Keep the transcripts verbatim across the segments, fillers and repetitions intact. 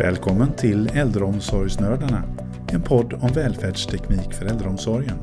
Välkommen till Äldreomsorgsnördarna, en podd om välfärdsteknik för äldreomsorgen.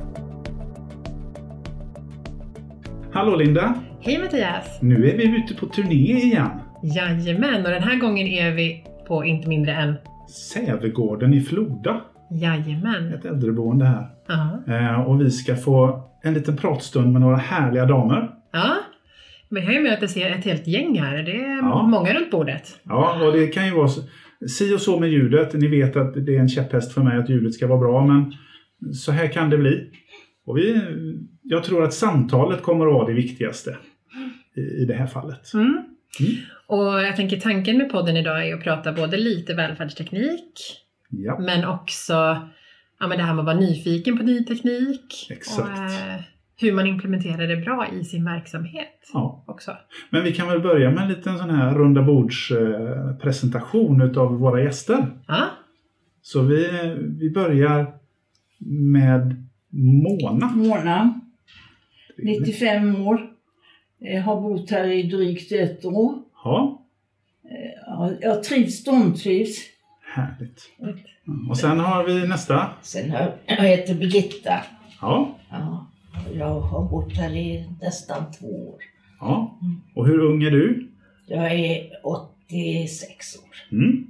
Hallå Linda! Hej Mattias! Nu är vi ute på turné igen. Jajamän, och den här gången är vi på inte mindre än Sävegården i Floda. Jajamän. Ett äldreboende här. Uh-huh. Eh, och vi ska få en liten pratstund med några härliga damer. Ja, vi har ju med att se ett helt gäng här. Det är Ja. många runt bordet. Ja, och det kan ju vara så, si och så med ljudet. Ni vet att det är en käpphäst för mig att ljudet ska vara bra, men så här kan det bli. Och vi, jag tror att samtalet kommer att vara det viktigaste i, i det här fallet. Mm. Mm. Och jag tänker tanken med podden idag är att prata både lite välfärdsteknik, Ja. men också ja, men det här med att vara nyfiken på ny teknik. Exakt. Och eh, hur man implementerar det bra i sin verksamhet Ja. också. Men vi kan väl börja med en liten sån här runda bords eh, presentation utav våra gäster. Ja, Så vi, vi börjar med Mona. Mona, nittiofem år. Jag har bott här i drygt ett år. Ja, Ja, jag trivs, stormtrivs. härligt. Och sen har vi nästa. Sen har, jag heter Birgitta. Ja, Ja, jag har bott här i nästan två år. ja. Och hur ung är du? Jag är åttiosex år. Mm.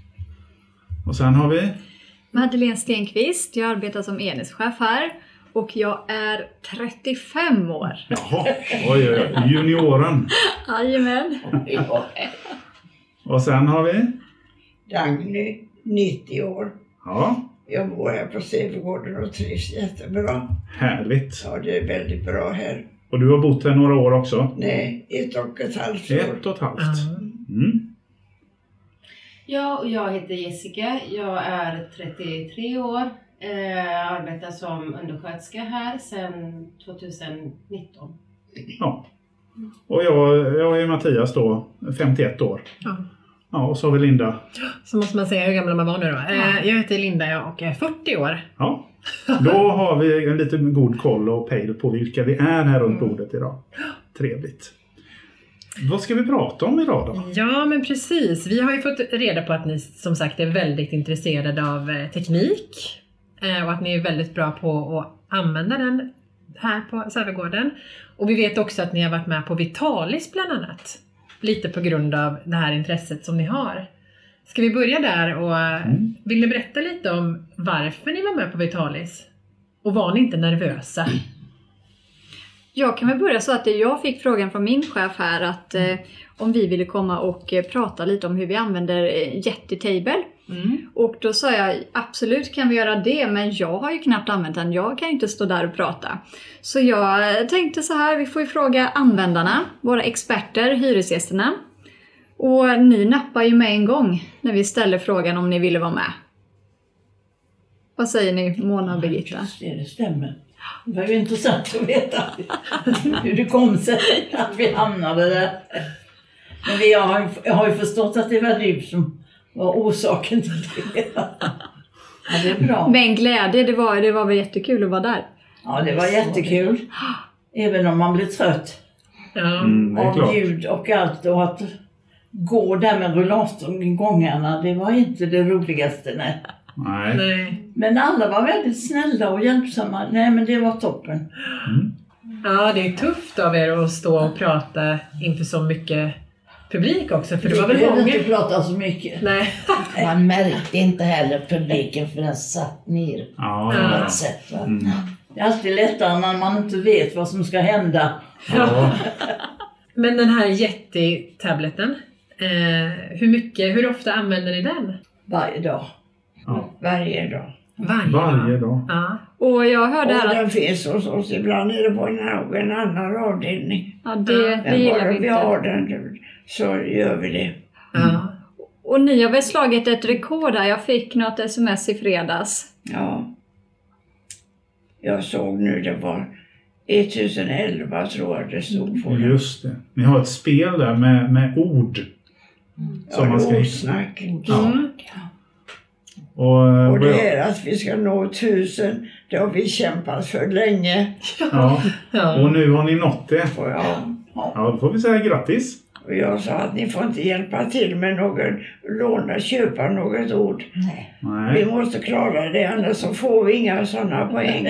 Och sen har vi. Madeleine Stenqvist, jag arbetar som enhetschef här och jag är trettiofem år. Jaha, oj, oj, oj. Junioren. Jajamän. Jag Och sen har vi. Dagny, nittio år. Ja, Jag bor här på Sävegården och trivs jättebra. härligt. Ja, det är väldigt bra här. Och du har bott här några år också? Nej, ett och ett halvt år. Ett och ett halvt. Ja. Mm. Ja, och jag heter Jessica. Jag är trettiotre år. Eh, arbetar som undersköterska här sedan tjugonitton. Ja. Och jag, jag är Mattias då, femtioett år. Ja. Ja, och så har vi Linda. Så måste man säga hur gamla man var nu då. Eh, jag heter Linda jag och är fyrtio år. Ja, då har vi en liten god koll och pejl på vilka vi är här runt bordet idag. Trevligt. Vad ska vi prata om idag då? Ja, men precis. Vi har ju fått reda på att ni som sagt är väldigt intresserade av eh, teknik. Eh, och att ni är väldigt bra på att använda den här på Sävegården. Och vi vet också att ni har varit med på Vitalis bland annat. Lite på grund av det här intresset som ni har. Ska vi börja där och Mm. vill ni berätta lite om varför ni var med på Vitalis? Och var ni inte nervösa? Jag kan väl börja så att jag fick frågan från min chef här att eh, om vi ville komma och eh, prata lite om hur vi använder eh, Yettitable. Mm. Och då sa jag absolut kan vi göra det, men jag har ju knappt använt den. Jag kan ju inte stå där och prata. Så jag tänkte så här, vi får ju fråga användarna, våra experter, hyresgästerna. Och ni nappar ju med en gång när vi ställer frågan om ni ville vara med. Vad säger ni, Mona och Birgitta? Just det, det stämmer. Det var ju intressant att veta hur det kom sig att vi hamnade där. Men vi har, ju- jag har ju förstått att det var du som var orsaken till det. Ja, det är bra. Men glädje, det var, det var väl jättekul att vara där. Ja, det var jättekul. Även om man blir trött Ja. Mm, det är av klart. ljud och allt. Och att gå där med rullatorn i gångarna, det var inte det roligaste. Nej. Nej. Nej. Men alla var väldigt snälla och hjälpsamma. Nej, men det var toppen. Ja, det är tufft av er att stå och prata inför så mycket publik också. För det var väl Vi behöver många... inte prata så mycket. Nej. Man märkte inte heller publiken för den satt ner Ja, på ja, något sätt. Va? Mm. Det är alltid lättare när man inte vet vad som ska hända. ja. Men den här Yeti-tabletten, eh, hur mycket, hur ofta använder ni den? Varje dag. Ja. Varje dag. Varje, Varje dag. Ja. Och jag hörde Och här att den finns hos oss. Ibland är det på någon annan avdelning. ja, det, det Men gillar bara vi vi inte. har den så gör vi det. Ja. Och ni har väl slagit ett rekord där. Jag fick något sms i fredags. Ja. Jag såg nu det var tjugoelva tror jag det stod på den. Just det. Ni har ett spel där med, med ord. Som Ja, man ska hitta. ordsnack. Ja. Mm. Och, eh, Och vad jag- det är att vi ska nå tusen. Det har vi kämpat för länge. ja. Ja. Och nu har ni nått det. Och ja, ja. Ja, då får vi säga grattis. Och jag sa att ni får inte hjälpa till med någon, låna, köpa något ord. Nej. Nej. Vi måste klara det, annars så får vi inga sådana poäng.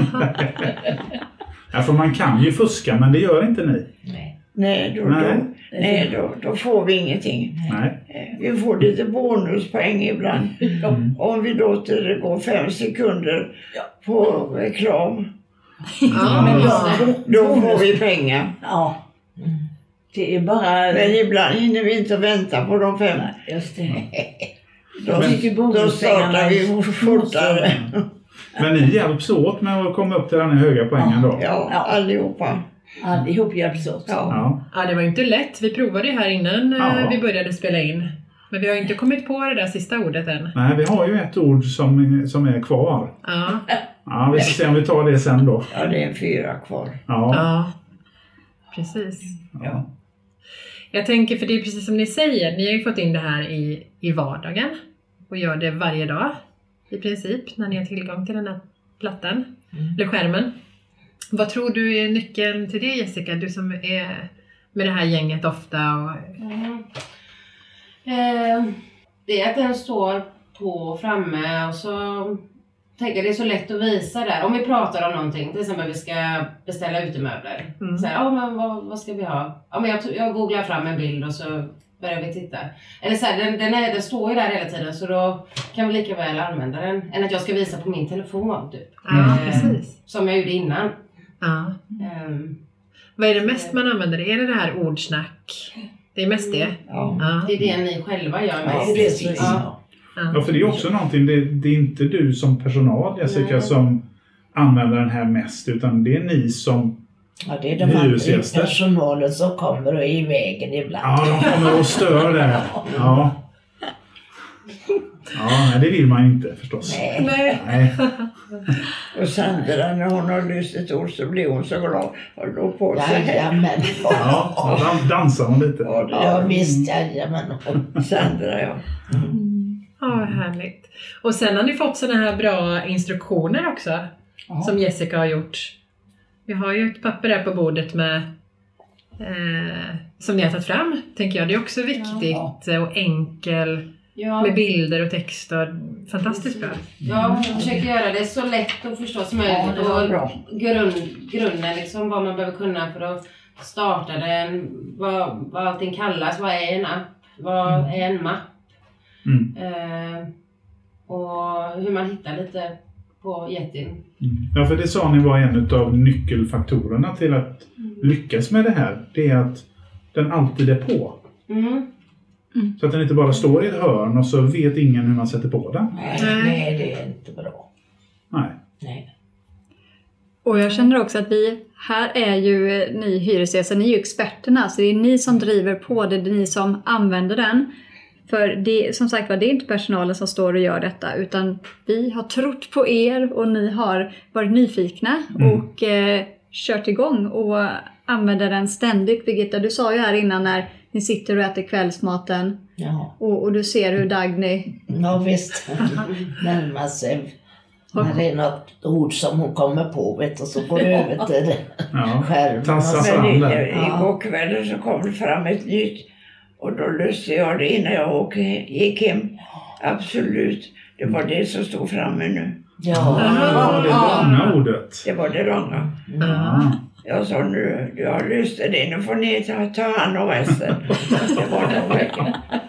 Ja, för man kan ju fuska, men det gör inte ni. Nej, nej, då, Nej. Då, nej då, då får vi ingenting. Nej. Vi får lite bonuspoäng ibland. Mm. Om vi låter det gå fem sekunder på reklam, Ja, Men ja. då, då får vi pengar. Ja. Det är bara... Men ibland hinner vi inte vänta på de fem. Just det. Då, tycker då bonuspengarna startar vi är- fortare. Men ni hjälps åt med att komma upp till den här höga poängen då? Ja, Ja. allihopa. Allihop hjälps åt. Ja. Ja. Ja, det var ju inte lätt. Vi provade ju här innan eh, Ja. vi började spela in. Men vi har ju inte kommit på det där sista ordet än. Nej, vi har ju ett ord som, som är kvar. Ja, Ja, vi ska se om vi tar det sen då. Ja, det är en fyra kvar. Ja. ja. Precis. Ja. Jag tänker, för det är precis som ni säger, ni har ju fått in det här i, i vardagen och gör det varje dag i princip när ni har tillgång till den här plattan, eller skärmen. Vad tror du är nyckeln till det, Jessica? Du som är med det här gänget ofta. Och... Mm. Eh, det är att den står på framme och så tänker jag det är så lätt att visa där. Om vi pratar om någonting, till exempel vi ska beställa utemöbler. Mm. Så här, ja men vad, vad ska vi ha? Ja men jag, jag googlar fram en bild och så börjar vi titta. Eller så här, den, den, är, den står ju där hela tiden så då kan vi lika väl använda den. Än att jag ska visa på min telefon typ. Ja, Eh, precis. Som jag gjorde innan. Ja. Ehm, Vad är det mest man använder? Är det det här ordsnack? Det är mest det? Ja. Ja. det är det ni själva gör Ja, mest. precis. Ja. Ja, för det är också någonting, det, det är inte du som personal, Jessica, Nej. som använder den här mest, utan det är ni som, Ja, det är de andra i Hyresgäster. personalen som kommer och är i vägen ibland. ja, de kommer och stör där. Ja. Ja, nej, det vill man inte förstås. Nej. Nej. Nej. Och Sandra, när hon har lyst ett ord så blir hon så glad och låg på sig här. Jajamän. Ja, dan- dansar hon lite. Ja, det Ja gör visst, jajamän. Sandra, ja. Ja, vad härligt. Och sen har ni fått såna här bra instruktioner också. Som Jessica har gjort. Vi har ju ett papper där på bordet med eh, som ni har tagit fram, tänker jag. Det är också viktigt och enkel Ja. med bilder och text. Och fantastiskt bra. Ja, jag försöker göra det så lätt att förstå som möjligt. Ja, det var och bra. grund, grunden, liksom, vad man behöver kunna för att starta den. Vad, vad allting kallas. Vad är en app? Vad är en mapp? Mm. Eh, och hur man hittar lite på Yetin. Mm. Ja, för det sa ni var en av nyckelfaktorerna till att lyckas med det här. Det är att den alltid är på. Mm. Så att den inte bara står i ett hörn och så vet ingen hur man sätter på den. Nej, nej, det är inte bra. Nej. Nej. Och jag känner också att vi, här är ju eh, ni hyresgäster, ni är ju experterna. Så det är ni som driver på det, det är ni som använder den. För det, som sagt var, det är inte personalen som står och gör detta. Utan vi har trott på er och ni har varit nyfikna Mm. och eh, kört igång och använder den ständigt. Birgitta, du sa ju här innan när ni sitter och äter kvällsmaten Ja, och, och du ser hur Dagny... ja visst. Närmar sig. När det är något ord som hon kommer på, vet du, så går det över till det. Ja. Skärmen. Tassa Men fram i, där. igår kväll så kom det fram ett nytt. Och då löste jag det innan jag åkte, gick hem. Absolut. Det var det som stod framme nu. Ja. Ja, det långa ordet. Det var det långa. Ja. Jag sa nu, du har löst det. Nu får ni ta, ta hand om resten. Det var det verkligen.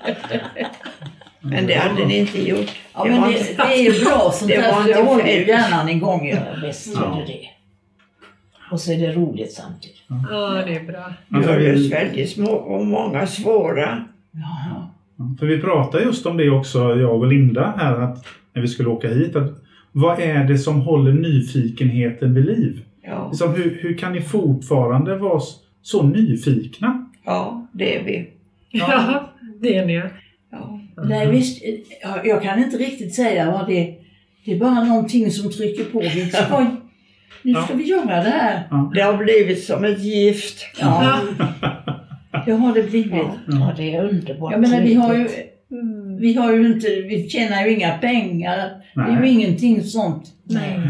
Men det hade ni inte gjort. Ja, Det men var det, inte- det är bra sånt det där, var för inte det håller ju fel. hjärnan igång. Ja. Ja, visst Ja. är det det. Och så är det roligt samtidigt. Ja, det är bra. Ja, Du för har vi- löst väldigt små och många svåra. Ja. För vi pratar just om det också, jag och Linda här, att när vi skulle åka hit, att vad är det som håller nyfikenheten vid liv? Ja, Liksom, hur, hur kan ni fortfarande vara s- så nyfikna? ja det är vi. Ja, det är ni. Ja. Nej, visst, ja, jag kan inte riktigt säga vad det är. Det är bara någonting som trycker på. Vi ska, nu ska vi göra det här. Det har blivit som ett gift. Ja, det har det blivit. Ja, det är underbart. Jag menar, vi har ju, trevligt. vi har ju inte, vi tjänar ju inga pengar. Det är ju Nej. ingenting sånt. Nej.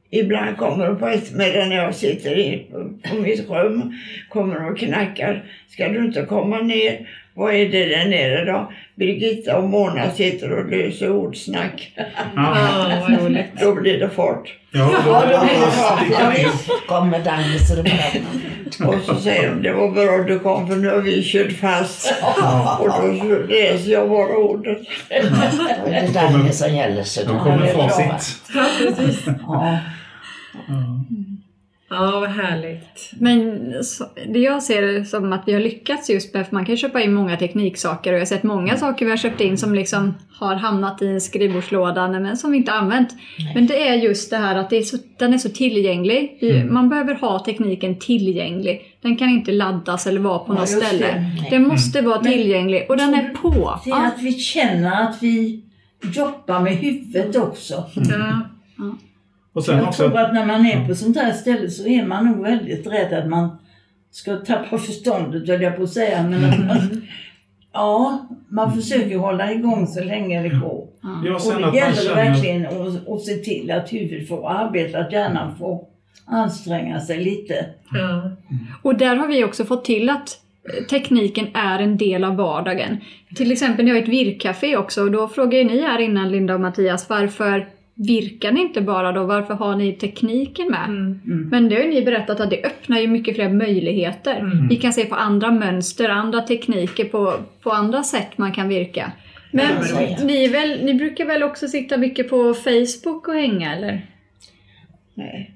Ibland kommer de på eftermiddagen när jag sitter in på, på mitt rum. Kommer de och knackar. Ska du inte komma ner? Vad är det där nere då? Birgitta och Mona sitter och löser ordsnack. Ja, vad roligt. Då blir det fart. Ja, då, Ja, då ja, blir det fart. det kan vi. Kommer Dagny så det börjar. Och så säger de, det var bra du kom för nu har vi kört fast. Och då läser jag bara ordet. Då är det Dagny som gäller. Så Då då kommer har vi provat. facit. Ja, precis. Ja. Ja. Ja, vad härligt. Men så, det jag ser som att vi har lyckats just med, för man kan köpa in många tekniksaker och jag har sett många saker vi har köpt in som liksom har hamnat i skrivbordslådan men som vi inte använt. Nej. Men det är just det här att det är så, den är så tillgänglig. Mm. Man behöver ha tekniken tillgänglig. Den kan inte laddas eller vara på ja, något ställe. Det. Den måste mm. vara tillgänglig och den är på. Det är att vi känner att vi jobbar med huvudet också. Mm. Ja. Ja. Och sen jag också, tror att när man är på sånt här ställe så är man nog väldigt rädd att man ska tappa förståndet, vill jag på att säga. Men att man, ja, man försöker hålla igång så länge det går. Ja, och sen det att gäller känner... verkligen att, att se till att huvudet får arbeta, att hjärnan får anstränga sig lite. Ja. Och där har vi också fått till att tekniken är en del av vardagen. Till exempel när jag har ett virkcafé också, och då frågar ju ni här innan, Linda och Mattias, varför virkar ni inte bara då? Varför har ni tekniken med? Mm. Mm. Men det har ju ni berättat att det öppnar ju mycket fler möjligheter. Mm. Vi kan se på andra mönster, andra tekniker, på, på andra sätt man kan virka. Men ni, väl, ni brukar väl också sitta mycket på Facebook och hänga, eller? Nej.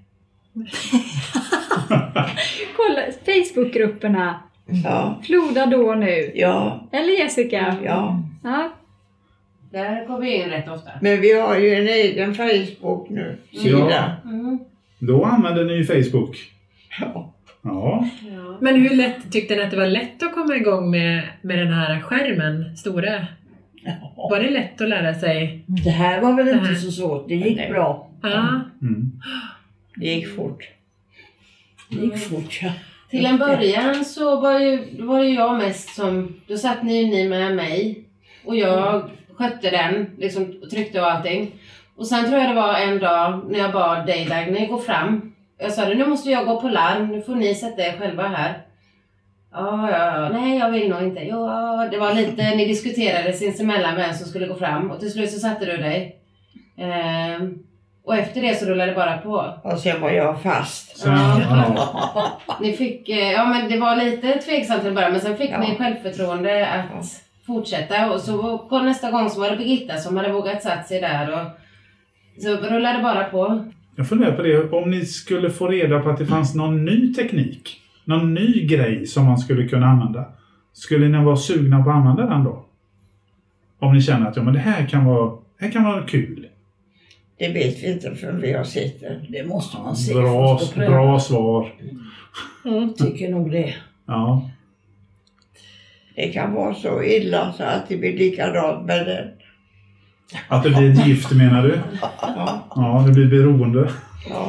Kolla, Facebookgrupperna. Ja. Floda då nu. Ja. Eller Jessica. Ja. Ja. Där går vi in rätt ofta. Men vi har ju en egen Facebook nu. Sida. Ja. Mm. Då använder ni ju Facebook. Ja. Ja. Ja. Men hur lätt tyckte ni att det var lätt att komma igång med, med den här skärmen, stora? Ja. Var det lätt att lära sig? Det här var väl Det inte här. så svårt, det gick Nej. bra. Ja. Mm. Det gick fort. Det gick fort, ja. Till en början så var ju, var ju jag mest som, då satt ni ju ni med mig och jag skötte den, liksom tryckte och allting. Och sen tror jag det var en dag när jag bad dig Dagny gå fram. Jag sa det, nu måste jag gå på larm, nu får ni sätta er själva här. Ja, ja, nej jag vill nog inte. Ja, det var lite, ni diskuterade sinsemellan vem som skulle gå fram och till slut så satte du dig. Ehm, och efter det så rullade det bara på. Och sen var jag fast. Så, ja. Ni fick, eh, ja men det var lite tveksamt till början men sen fick Ja. ni självförtroende att Ja. fortsätta och så på nästa gång så var det Birgitta som hade vågat satt sig där och så rullade det bara på. Jag funderar på det, om ni skulle få reda på att det fanns någon ny teknik, någon ny grej som man skulle kunna använda. Skulle ni vara sugna på att använda den då? Om ni känner att ja, men det här kan vara, det här kan vara kul. Det vet vi inte förrän vi har sett det. Det måste man se Bra, först och pröva. bra svar. Jag tycker nog det. Ja. Det kan vara så illa så att det blir likadant med det. Att det blir ett gift menar du? Ja. Ja, det blir beroende. Ja.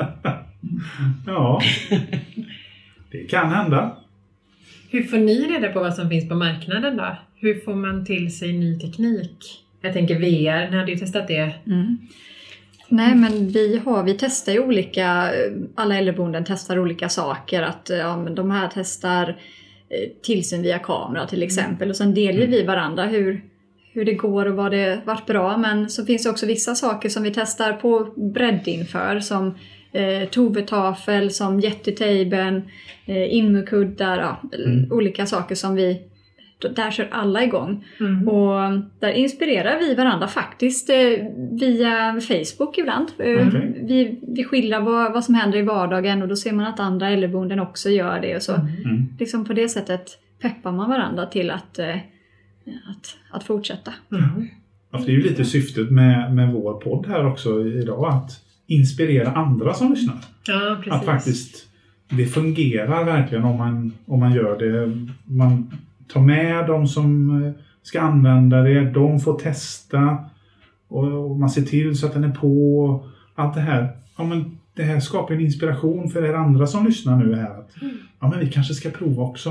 Ja. Det kan hända. Hur får ni reda på vad som finns på marknaden då? Hur får man till sig ny teknik? Jag tänker V R, ni hade ju testat det. Mm. Nej, men vi har, vi testar ju olika, alla äldreboenden testar olika saker. Att ja, men de här testar tillsyn via kamera till exempel. Och sen delar vi varandra hur, hur det går och vad det varit bra. Men så finns det också vissa saker som vi testar på bredd inför. Som eh, tovetafel, som jättetabeln, eh, inmukuddar, ja, Mm. olika saker som vi... Där kör alla igång. Mm. Och där inspirerar vi varandra faktiskt eh, via Facebook ibland. Eh, Okay. vi, vi skildrar vad, vad som händer i vardagen och då ser man att andra äldreboenden också gör det. Och så. Mm. Liksom på det sättet peppar man varandra till att, eh, att, att fortsätta. Mm. Ja, för det är ju lite syftet med, med vår podd här också idag. Att inspirera andra som lyssnar. Ja, precis. Att faktiskt det fungerar verkligen om man, om man gör det. Man tar med de som ska använda det. De får testa. Och, och man ser till så att den är på. Allt det här. Ja, men det här skapar en inspiration för er andra som lyssnar nu här. Att, ja, men vi kanske ska prova också.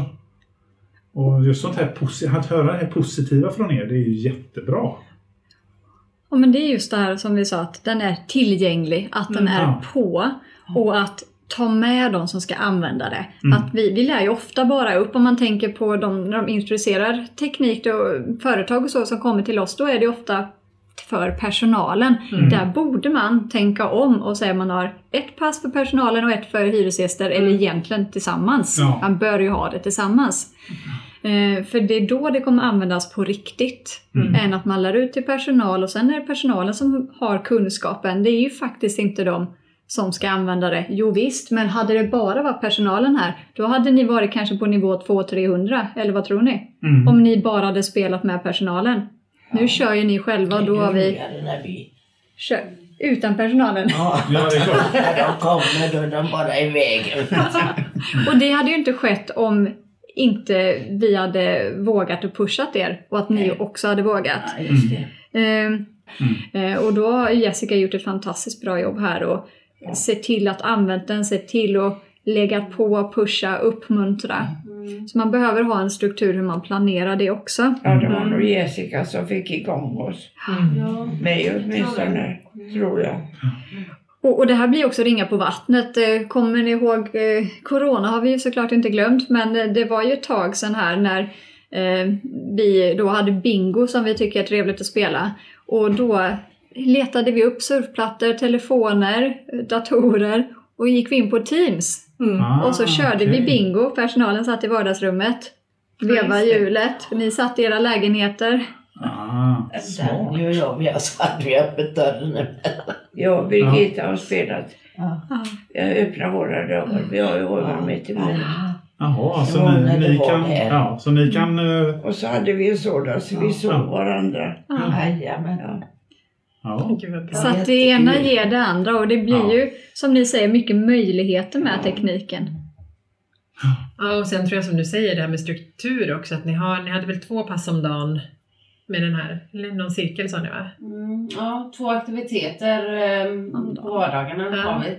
Och just sånt här, att höra det här positiva från er, det är ju jättebra. Ja, men det är just det här som vi sa, att den är tillgänglig, att den Mm. är Ja. på och att ta med de som ska använda det. Mm. Att vi, vi lär ju ofta bara upp, om man tänker på de, när de introducerar teknik och företag och så som kommer till oss, då är det ofta för personalen. Mm. Där borde man tänka om och säga att man har ett pass för personalen och ett för hyresgäster, eller egentligen tillsammans. Ja. Man bör ju ha det tillsammans. Eh, för det är då det kommer användas på riktigt. Mm. Än att man lär ut till personal och sen är det personalen som har kunskapen. Det är ju faktiskt inte de som ska använda det. Jo visst, men hade det bara varit personalen här, då hade ni varit kanske på nivå två till trehundra, eller vad tror ni? Mm. Om ni bara hade spelat med personalen. Nu kör ju ni själva och då har vi När vi... kört utan personalen. Ja, Ja, det är klart. när de kommer då är de bara i vägen. Och det hade ju inte skett om inte vi hade vågat och pushat er och att ni också hade vågat. Ja, just det. Eh, eh, och då har Jessica gjort ett fantastiskt bra jobb här och se till att använda den, se till att lägga på, pusha, uppmuntra. Så man behöver ha en struktur hur man planerar det också. Ja, det var nog Jessica som fick igång oss. Ja. Mig åtminstone, tror jag. Och, och det här blir också ringa på vattnet. Eh, Kommer ni ihåg, eh, corona har vi ju såklart inte glömt, men eh, det var ju ett tag sedan här när eh, vi då hade bingo som vi tycker är trevligt att spela. Och då letade vi upp surfplattor, telefoner, datorer och gick vi in på Teams. Ah, Och så körde okej. vi bingo, personalen satt i vardagsrummet, vevade hjulet, ni satt i era lägenheter. Ah, smart. Danny och jag, vi har satt vi öppet dörren emellan. Jag och Birgitta har spelat. Ja. Vi har öppnat våra dörrar. Vi har ju hållit mitt emot. Jaha, så Ja, ni, när det ni var kan... det. Ja, så ni kan... eh, Och så hade vi en sådan så vi såg Ja. varandra. Jajamän. Ja. Ja. Gud vad bra. Så att det ena ger det andra och det blir Ja. ju, som ni säger, mycket möjligheter med tekniken. Ja, och sen tror jag som du säger det här med struktur också, att ni, har, ni hade väl två pass om dagen med den här, eller någon cirkel sa ni va? Mm, ja, två aktiviteter eh, på vardagarna Ja. har vi.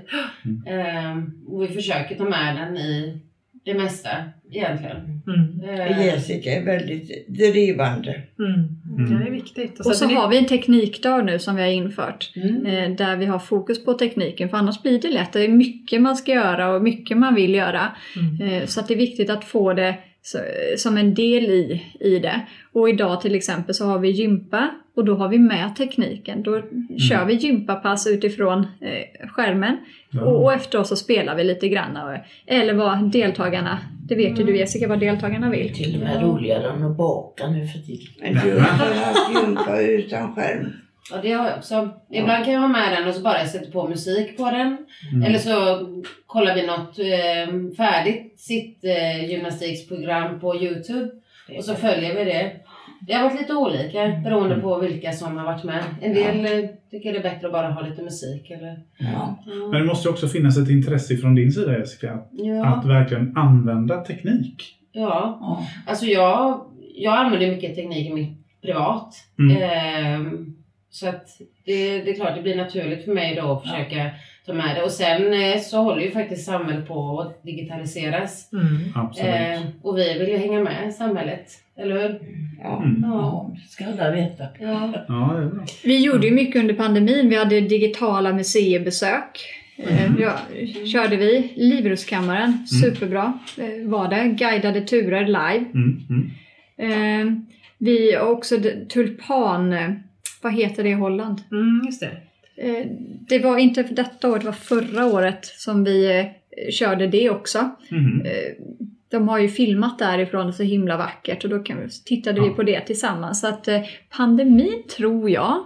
Eh, och vi försöker ta med den i det mesta egentligen. Mm. Eh, Jessica är väldigt drivande. Mm. Ja, det är viktigt. Och så hade ni- har vi en teknikdag nu som vi har infört. Mm. Eh, där vi har fokus på tekniken. För annars blir det lätt. Det är mycket man ska göra och mycket man vill göra. Mm. Eh, så att det är viktigt att få det så, som en del i, i det. Och idag till exempel så har vi gympa. Och då har vi med tekniken. Då kör vi gympapass utifrån eh, skärmen. Ja. Och, och efter oss så spelar vi lite grann. Och, eller vad deltagarna, det vet ju du Jessica vad deltagarna vill. Till och med roligare än att baka nu för tiden. Men du har haft gympa utan skärm. Ja, det har jag också. Ibland kan jag ha med den och så bara sätta på musik på den. Mm. Eller så kollar vi något eh, färdigt sitt eh, gymnastiksprogram på YouTube. Och så följer vi det. Det har varit lite olika beroende på vilka som har varit med. En del eh, tycker det är bättre att bara ha lite musik. Eller... Ja. Men det måste ju också finnas ett intresse från din sida, Jessica, Ja. att verkligen använda teknik. Ja. Ja. Alltså jag, jag använder mycket teknik i mitt privat. Mm. Ehm, så att det, det är klart det blir naturligt för mig då att försöka ta med det. Och sen eh, så håller ju faktiskt samhället på att digitaliseras. Mm. Absolut. Ehm, och vi vill ju hänga med i samhället. Eller hur? Ja. Mm. Ja, det ska alla veta. Ja. Ja, det är bra. Vi gjorde ju mycket under pandemin. Vi hade digitala museibesök. Eh, Ja, körde vi. Livrustkammaren, superbra eh, var det. Guidade turer live. Mm. Mm. Eh, Vi har också d- tulpan, eh, vad heter det i Holland? Mm, just det. Eh, Det var inte för detta år, det var förra året som vi eh, körde det också. Mm. Eh, De har ju filmat därifrån så himla vackert och då kan vi, tittade vi på det tillsammans. Så att eh, pandemin tror jag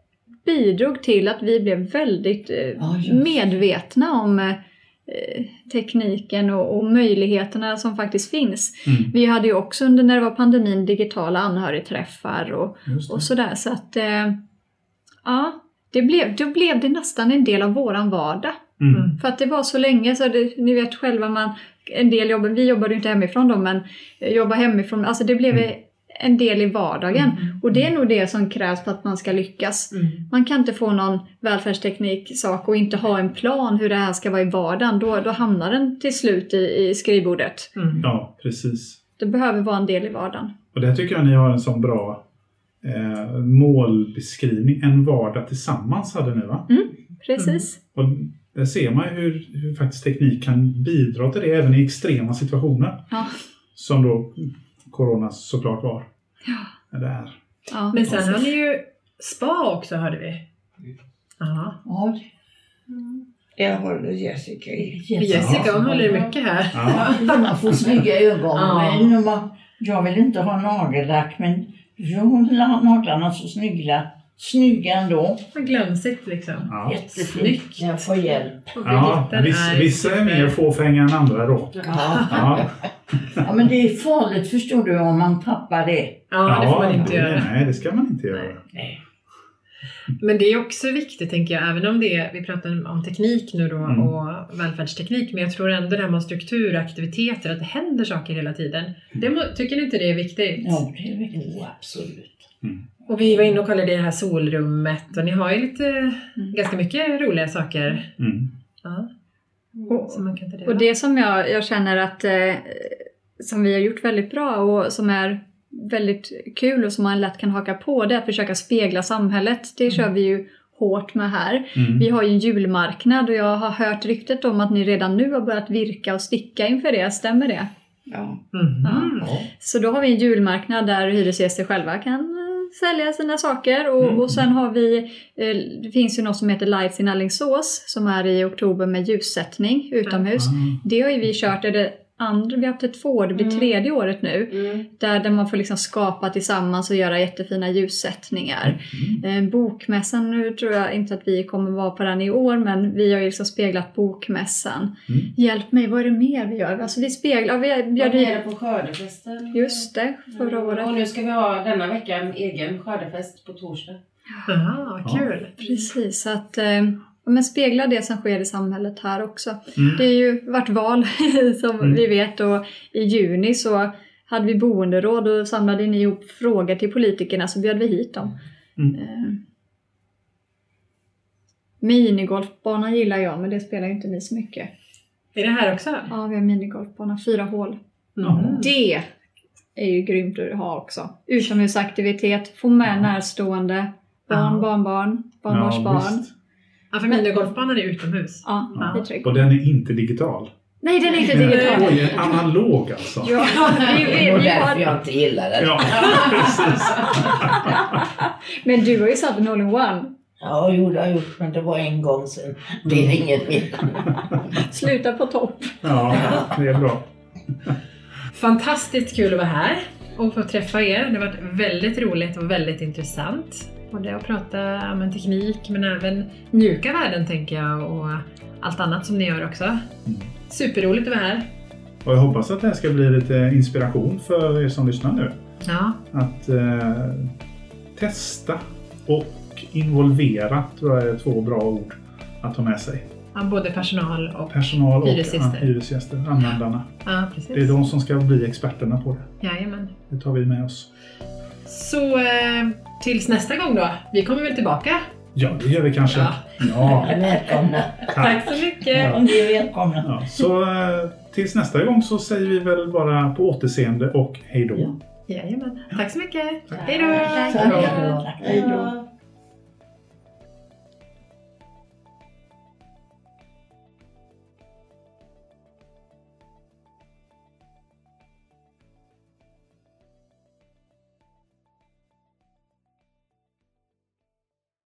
bidrog till att vi blev väldigt eh, Ja, just. medvetna om eh, tekniken och, och möjligheterna som faktiskt finns. Mm. Vi hade ju också under när det var pandemin digitala anhörigträffar och, Just det. och sådär. Så att eh, ja, det blev, då blev det nästan en del av våran vardag. Mm. För att det var så länge så det, ni vet själva man, en del jobbar, vi jobbade ju inte hemifrån då men jobba hemifrån, alltså det blev Mm. en del i vardagen. Mm. Och det är nog det som krävs för att man ska lyckas. Mm. Man kan inte få någon välfärdstekniksak och inte ha en plan hur det här ska vara i vardagen. Då, då hamnar den till slut i, i skrivbordet. Mm. Ja, precis. Det behöver vara en del i vardagen. Och det tycker jag ni har en sån bra eh, målbeskrivning, en vardag tillsammans hade ni va? Mm, precis. Mm. Och där ser man ju hur, hur faktiskt teknik kan bidra till det även i extrema situationer. Ja. Som då corona såklart var. Ja. Det är. Ja. Men sen har ni ju spa också, hörde vi. Ja. Ja, Jag håller Jessica i. Jessica, hon håller mycket här. Ja. man får snygga ögon. Ja. Men man, jag vill inte ha nagellack, men hon la naglarna så snygga. Snygga ändå. Glömsigt liksom. Ja. Jättesnyggt. Jag får hjälp. Och Ja, Birgitta vissa, är vissa är super. mer fåfänga än andra då. Ja. Ja, Ja, men det är farligt, förstår du, om man tappar det. Ja, det får man inte det- göra. Nej, det ska man inte göra. Nej. Men det är också viktigt, tänker jag, även om det är, vi pratar om teknik nu då Mm. och välfärdsteknik, men jag tror ändå det här med struktur och aktiviteter, att det händer saker hela tiden. Det må, tycker ni inte det är viktigt? Ja, det är viktigt. Oh, absolut. Och vi var inne och kollade i det här solrummet och ni har ju lite, ganska mycket roliga saker. Mm. Ja. Och, Som man kan ta del av. och det som jag, jag känner att eh, som vi har gjort väldigt bra och som är väldigt kul och som man lätt kan haka på, det är att försöka spegla samhället. Det kör vi ju hårt med här. Mm. Vi har ju en julmarknad och jag har hört ryktet om att ni redan nu har börjat virka och sticka inför det. Stämmer det? Ja. Mhm. Ja. Så då har vi en julmarknad där hyresgäster själva kan eh, sälja sina saker. Och, Mm. och sen har vi, eh, det finns ju något som heter Lights in Alingsås som är i oktober med ljussättning utomhus. Mm. Det har ju vi kört, är det andra, vi har haft det två år, det blir Mm. tredje året nu. Mm. Där, där man får liksom skapa tillsammans och göra jättefina ljussättningar. Mm. Eh, bokmässan, nu tror jag inte att vi kommer vara på den i år, men vi har ju liksom speglat bokmässan. Mm. Hjälp mig, vad är det mer vi gör? Alltså vi speglar, vi Jag bjöd nere in, på skördefesten. just det, förra Mm. året. Och nu ska vi ha denna vecka en egen skördefest på torsdag. Aha, vad kul. Precis, så att eh, men spegla det som sker i samhället här också. Mm. Det är ju varit val som Mm. vi vet, och i juni så hade vi boenderåd och samlade ni ihop frågor till politikerna, så bjöd vi hit dem. Mm. Eh, minigolfbanan gillar jag, men det spelar ju inte ni så mycket. Är det här också? Ja, vi har minigolfbana, fyra hål. Mm. Det är ju grymt att ha också. Utomhusaktivitet, få med närstående, barn, Ja. barnbarn, barnbarnsbarn. Ja, visst. Ja, för minigolfbanan är utomhus. Ja, Ja. det är tryggt. Och den är inte digital. Nej, den är inte Den digital. är, oj, en analog alltså. Ja, vi, vi, Det var vi därför har, jag inte gillar det. Ja, precis. men du har ju satt en all-in-one. Ja, jo, det har jag gjort, men det var en gång sedan. Det är inget mer. Sluta på topp. Ja, det är bra. Fantastiskt kul att vara här och få träffa er. Det har varit väldigt roligt och väldigt intressant. Både att prata om teknik men även mjuka värden, tänker jag, och allt annat som ni gör också. Superroligt att vara här. Och jag hoppas att det här ska bli lite inspiration för er som lyssnar nu. Ja, Att eh, testa och involvera, tror jag är två bra ord att ta med sig. ja, både personal och... Personal och Hyresgäster. ja, hyresgäster, användarna. Ja, precis. Det är de som ska bli experterna på det. Jajamän. Det tar vi med oss. Så eh, tills nästa gång då. Vi kommer väl tillbaka. Ja, det gör vi kanske. Ja. Ja, Välkomna. Tack så mycket. Ja. Ni är välkomna. Ja, så eh, tills nästa gång så säger vi väl bara på återseende och hej då. Ja. Jajamän. Tack så mycket. Tack. Hej då. Tack. Hej då. Hej då.